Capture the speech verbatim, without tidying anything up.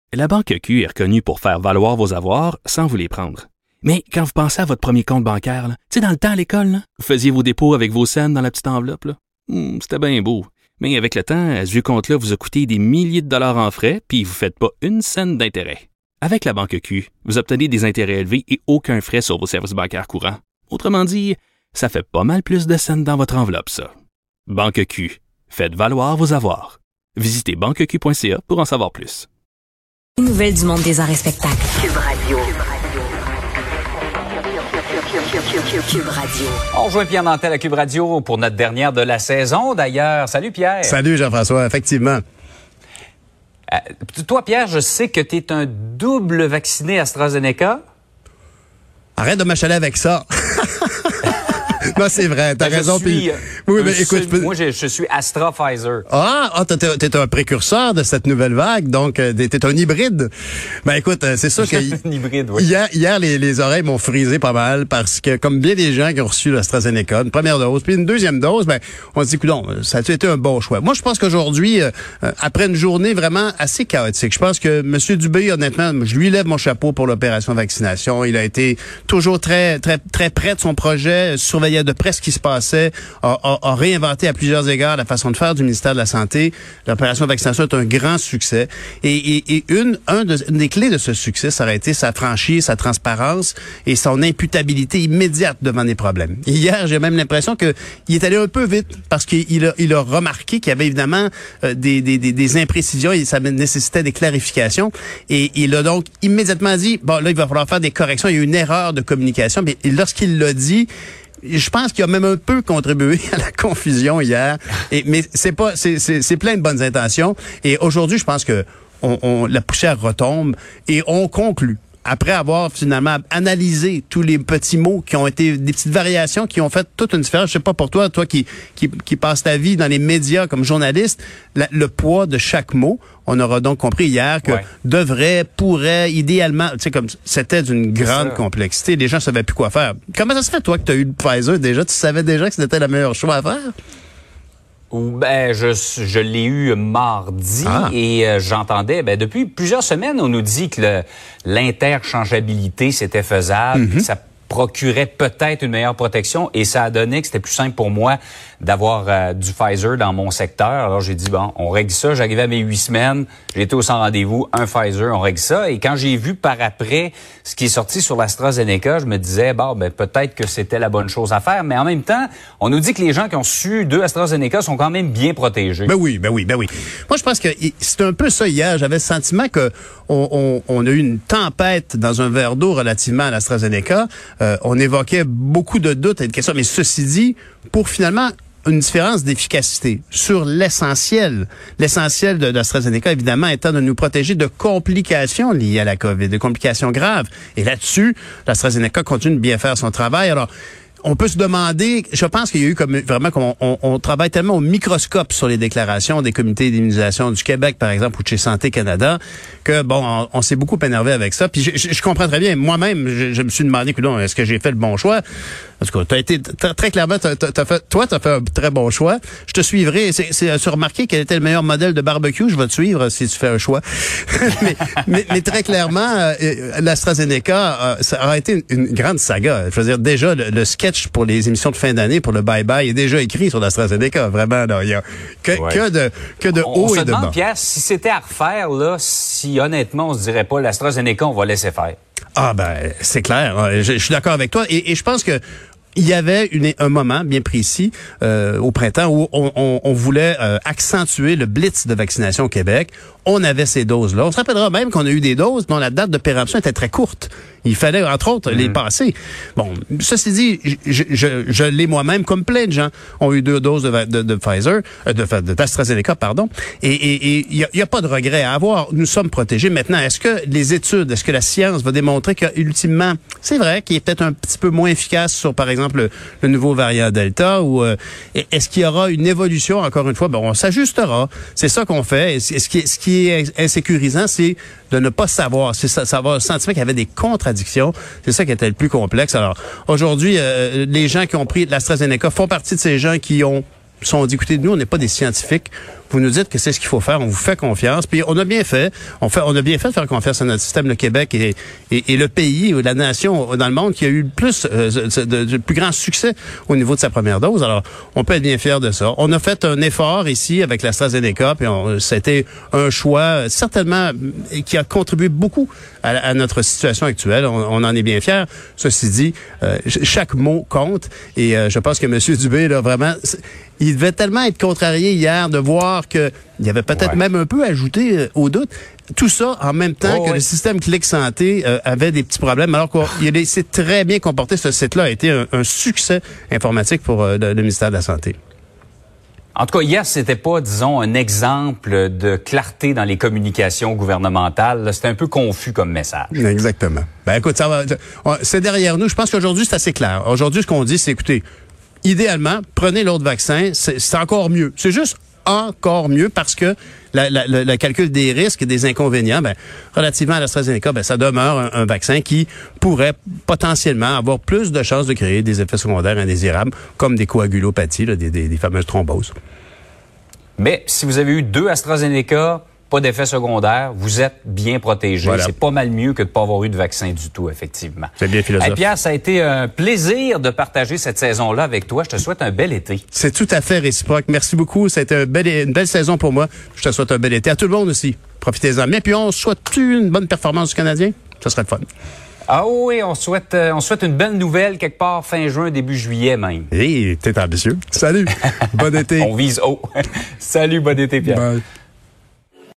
La Banque Q est reconnue pour faire valoir vos avoirs sans vous les prendre. Mais quand vous pensez à votre premier compte bancaire, tu sais, dans le temps à l'école, là, vous faisiez vos dépôts avec vos scènes dans la petite enveloppe. Là. Hum, c'était bien beau. Mais avec le temps, ce vieux compte-là vous a coûté des milliers de dollars en frais, puis vous ne faites pas une scène d'intérêt. Avec la Banque Q, vous obtenez des intérêts élevés et aucun frais sur vos services bancaires courants. Autrement dit, ça fait pas mal plus de scènes dans votre enveloppe, ça. Banque Q. Faites valoir vos avoirs. Visitez banque q point c a pour en savoir plus. Nouvelles du monde des arts et spectacles. Cube Radio. Cube Radio. On rejoint Pierre Nantel à Cube Radio pour notre dernière de la saison, d'ailleurs. Salut, Pierre. Salut, Jean-François, effectivement. Euh, toi, Pierre, je sais que tu es un double vacciné AstraZeneca. Arrête de m'achaler avec ça. Non, c'est vrai, t'as ben, raison. Je suis, puis... oui, mais écoute, je, peux... moi, je, je suis Astra-Pfizer. Ah, ah t'es, t'es un précurseur de cette nouvelle vague, donc euh, t'es un hybride. Ben écoute, c'est sûr que un hybride, oui. hier, hier les, les oreilles m'ont frisé pas mal parce que comme bien des gens qui ont reçu l'AstraZeneca, une première dose, puis une deuxième dose, ben on se dit, coudonc, ça a été un bon choix. Moi, je pense qu'aujourd'hui, euh, après une journée vraiment assez chaotique, je pense que M. Dubé, honnêtement, je lui lève mon chapeau pour l'opération vaccination. Il a été toujours très, très, très près de son projet, surveillait de près ce qui se passait, a, a, a réinventé à plusieurs égards la façon de faire du ministère de la Santé. L'opération de vaccination est un grand succès. Et, et, et une, un de, une des clés de ce succès, ça aurait été sa franchise, sa transparence et son imputabilité immédiate devant les problèmes. Hier, j'ai même l'impression que il est allé un peu vite parce qu'il a, il a remarqué qu'il y avait évidemment euh, des, des, des, des imprécisions et ça nécessitait des clarifications. Et il a donc immédiatement dit, bon, là, il va falloir faire des corrections. Il y a eu une erreur de communication. Mais lorsqu'il l'a dit, je pense qu'il a même un peu contribué à la confusion hier. Et, mais c'est pas, c'est, c'est, c'est plein de bonnes intentions. Et aujourd'hui, je pense que on, on, la poussière retombe et on conclut. Après avoir finalement analysé tous les petits mots qui ont été des petites variations qui ont fait toute une différence. Je sais pas pour toi, toi qui qui, qui passe ta vie dans les médias comme journaliste, la, le poids de chaque mot. On aura donc compris hier que ouais. devrait, pourrait, idéalement, tu sais, comme c'était d'une grande complexité. Les gens savaient plus quoi faire. Comment ça se fait, toi, que tu as eu le Pfizer déjà? Tu savais déjà que c'était le meilleur choix à faire? Ben, je, je l'ai eu mardi ah. et euh, j'entendais, ben, depuis plusieurs semaines, on nous dit que le, l'interchangeabilité, c'était faisable, mm-hmm. que ça procurait peut-être une meilleure protection et ça a donné que c'était plus simple pour moi d'avoir euh, du Pfizer dans mon secteur. Alors, j'ai dit, bon, on règle ça. J'arrivais à mes huit semaines, j'étais au sans rendez-vous, un Pfizer, on règle ça. Et quand j'ai vu par après ce qui est sorti sur l'AstraZeneca, je me disais, bon, ben, peut-être que c'était la bonne chose à faire. Mais en même temps, on nous dit que les gens qui ont reçu deux AstraZeneca sont quand même bien protégés. Ben oui, ben oui, ben oui. Moi, je pense que c'est un peu ça hier. J'avais le sentiment que on, on, on a eu une tempête dans un verre d'eau relativement à l'AstraZeneca. Euh, on évoquait beaucoup de doutes et de questions. Mais ceci dit, pour finalement une différence d'efficacité sur l'essentiel. L'essentiel de, de l'AstraZeneca, évidemment, étant de nous protéger de complications liées à la COVID, de complications graves. Et là-dessus, l'AstraZeneca continue de bien faire son travail. Alors, on peut se demander, je pense qu'il y a eu comme vraiment comme on, on, on travaille tellement au microscope sur les déclarations des comités d'immunisation du Québec, par exemple, ou de chez Santé Canada, que bon, on, on s'est beaucoup énervé avec ça. Puis je, je, je comprends très bien. Moi-même, je, je me suis demandé, coudonc, est-ce que j'ai fait le bon choix? Parce que t'as été très, très clairement, t'as, t'as fait, toi, t'as fait un très bon choix. Je te suivrai. C'est, c'est, as-tu remarqué quel était le meilleur modèle de barbecue? Je vais te suivre si tu fais un choix. mais, mais, mais très clairement, euh, l'AstraZeneca, euh, ça aura été une, une grande saga. Je veux dire, déjà, le, le sketch pour les émissions de fin d'année, pour le bye-bye, est déjà écrit sur l'AstraZeneca. Vraiment, là, il y a que, ouais. que de, que de on, haut on et se de demande, bas. Pierre, si c'était à refaire, là, si honnêtement, on se dirait pas l'AstraZeneca, on va laisser faire. Ah, ben, c'est clair. Je, je suis d'accord avec toi. Et, et je pense que il y avait une, un moment bien précis euh, au printemps où on, on, on voulait euh, accentuer le blitz de vaccination au Québec. On avait ces doses-là. On se rappellera même qu'on a eu des doses dont la date de péremption était très courte. Il fallait, entre autres, mmh. les passer. Bon, ceci dit, je, je, je l'ai moi-même, comme plein de gens ont eu deux doses de, de, de Pfizer, euh, de, de d'AstraZeneca, pardon. Et il y a, y a pas de regret à avoir. Nous sommes protégés. Maintenant, est-ce que les études, est-ce que la science va démontrer qu'ultimement, c'est vrai qu'il est peut-être un petit peu moins efficace sur, par exemple, le, le nouveau variant Delta, ou euh, est-ce qu'il y aura une évolution, encore une fois? Bon, on s'ajustera. C'est ça qu'on fait. Et ce qui, ce qui est insécurisant, c'est de ne pas savoir. C'est ça, savoir le sentiment qu'il y avait des contradictions. C'est ça qui était le plus complexe. Alors, aujourd'hui, euh, les gens qui ont pris l'AstraZeneca font partie de ces gens qui ont sont dit, écoutez, nous, on n'est pas des scientifiques. vous nous dites que c'est ce qu'il faut faire, on vous fait confiance, puis on a bien fait, on fait, on a bien fait de faire confiance à notre système. Le Québec et, et, et le pays ou la nation dans le monde qui a eu le plus, euh, de, de, de plus grand succès au niveau de sa première dose. Alors, on peut être bien fier de ça. On a fait un effort ici avec l'AstraZeneca, puis on, c'était un choix certainement qui a contribué beaucoup à, à notre situation actuelle. On, on en est bien fiers. Ceci dit, euh, chaque mot compte et euh, je pense que M. Dubé, là, vraiment, il devait tellement être contrarié hier de voir que il y avait peut-être ouais. même un peu ajouté euh, au doute. Tout ça en même temps oh, que ouais. le système Clic Santé euh, avait des petits problèmes, alors qu'il s'est très bien comporté. Ce site-là a été un, un succès informatique pour euh, le, le ministère de la Santé. En tout cas, hier, c'était pas, disons, un exemple de clarté dans les communications gouvernementales. C'était un peu confus comme message. Exactement. Ben écoute, ça va, c'est derrière nous. Je pense qu'aujourd'hui, c'est assez clair. Aujourd'hui, ce qu'on dit, c'est, écoutez, idéalement, prenez l'autre vaccin. C'est, c'est encore mieux. C'est juste encore mieux parce que la, la, la, le calcul des risques et des inconvénients, ben, relativement à l'AstraZeneca, ben, ça demeure un, un vaccin qui pourrait potentiellement avoir plus de chances de créer des effets secondaires indésirables, comme des coagulopathies, là, des, des, des fameuses thromboses. Mais si vous avez eu deux AstraZeneca, pas d'effets secondaires, vous êtes bien protégé. Voilà. C'est pas mal mieux que de pas avoir eu de vaccin du tout, effectivement. C'est bien philosophe. Hey, Pierre, ça a été un plaisir de partager cette saison-là avec toi. Je te souhaite un bel été. C'est tout à fait réciproque. Merci beaucoup. Ça a été un bel, une belle saison pour moi. Je te souhaite un bel été. À tout le monde aussi. Profitez-en bien. Puis on souhaite une bonne performance du Canadien. Ça serait le fun. Ah oui, on souhaite, euh, on souhaite une belle nouvelle quelque part fin juin, début juillet même. Hé, hey, t'es ambitieux. Salut. Bon été. On vise haut. Salut, bon été, Pierre. Bye.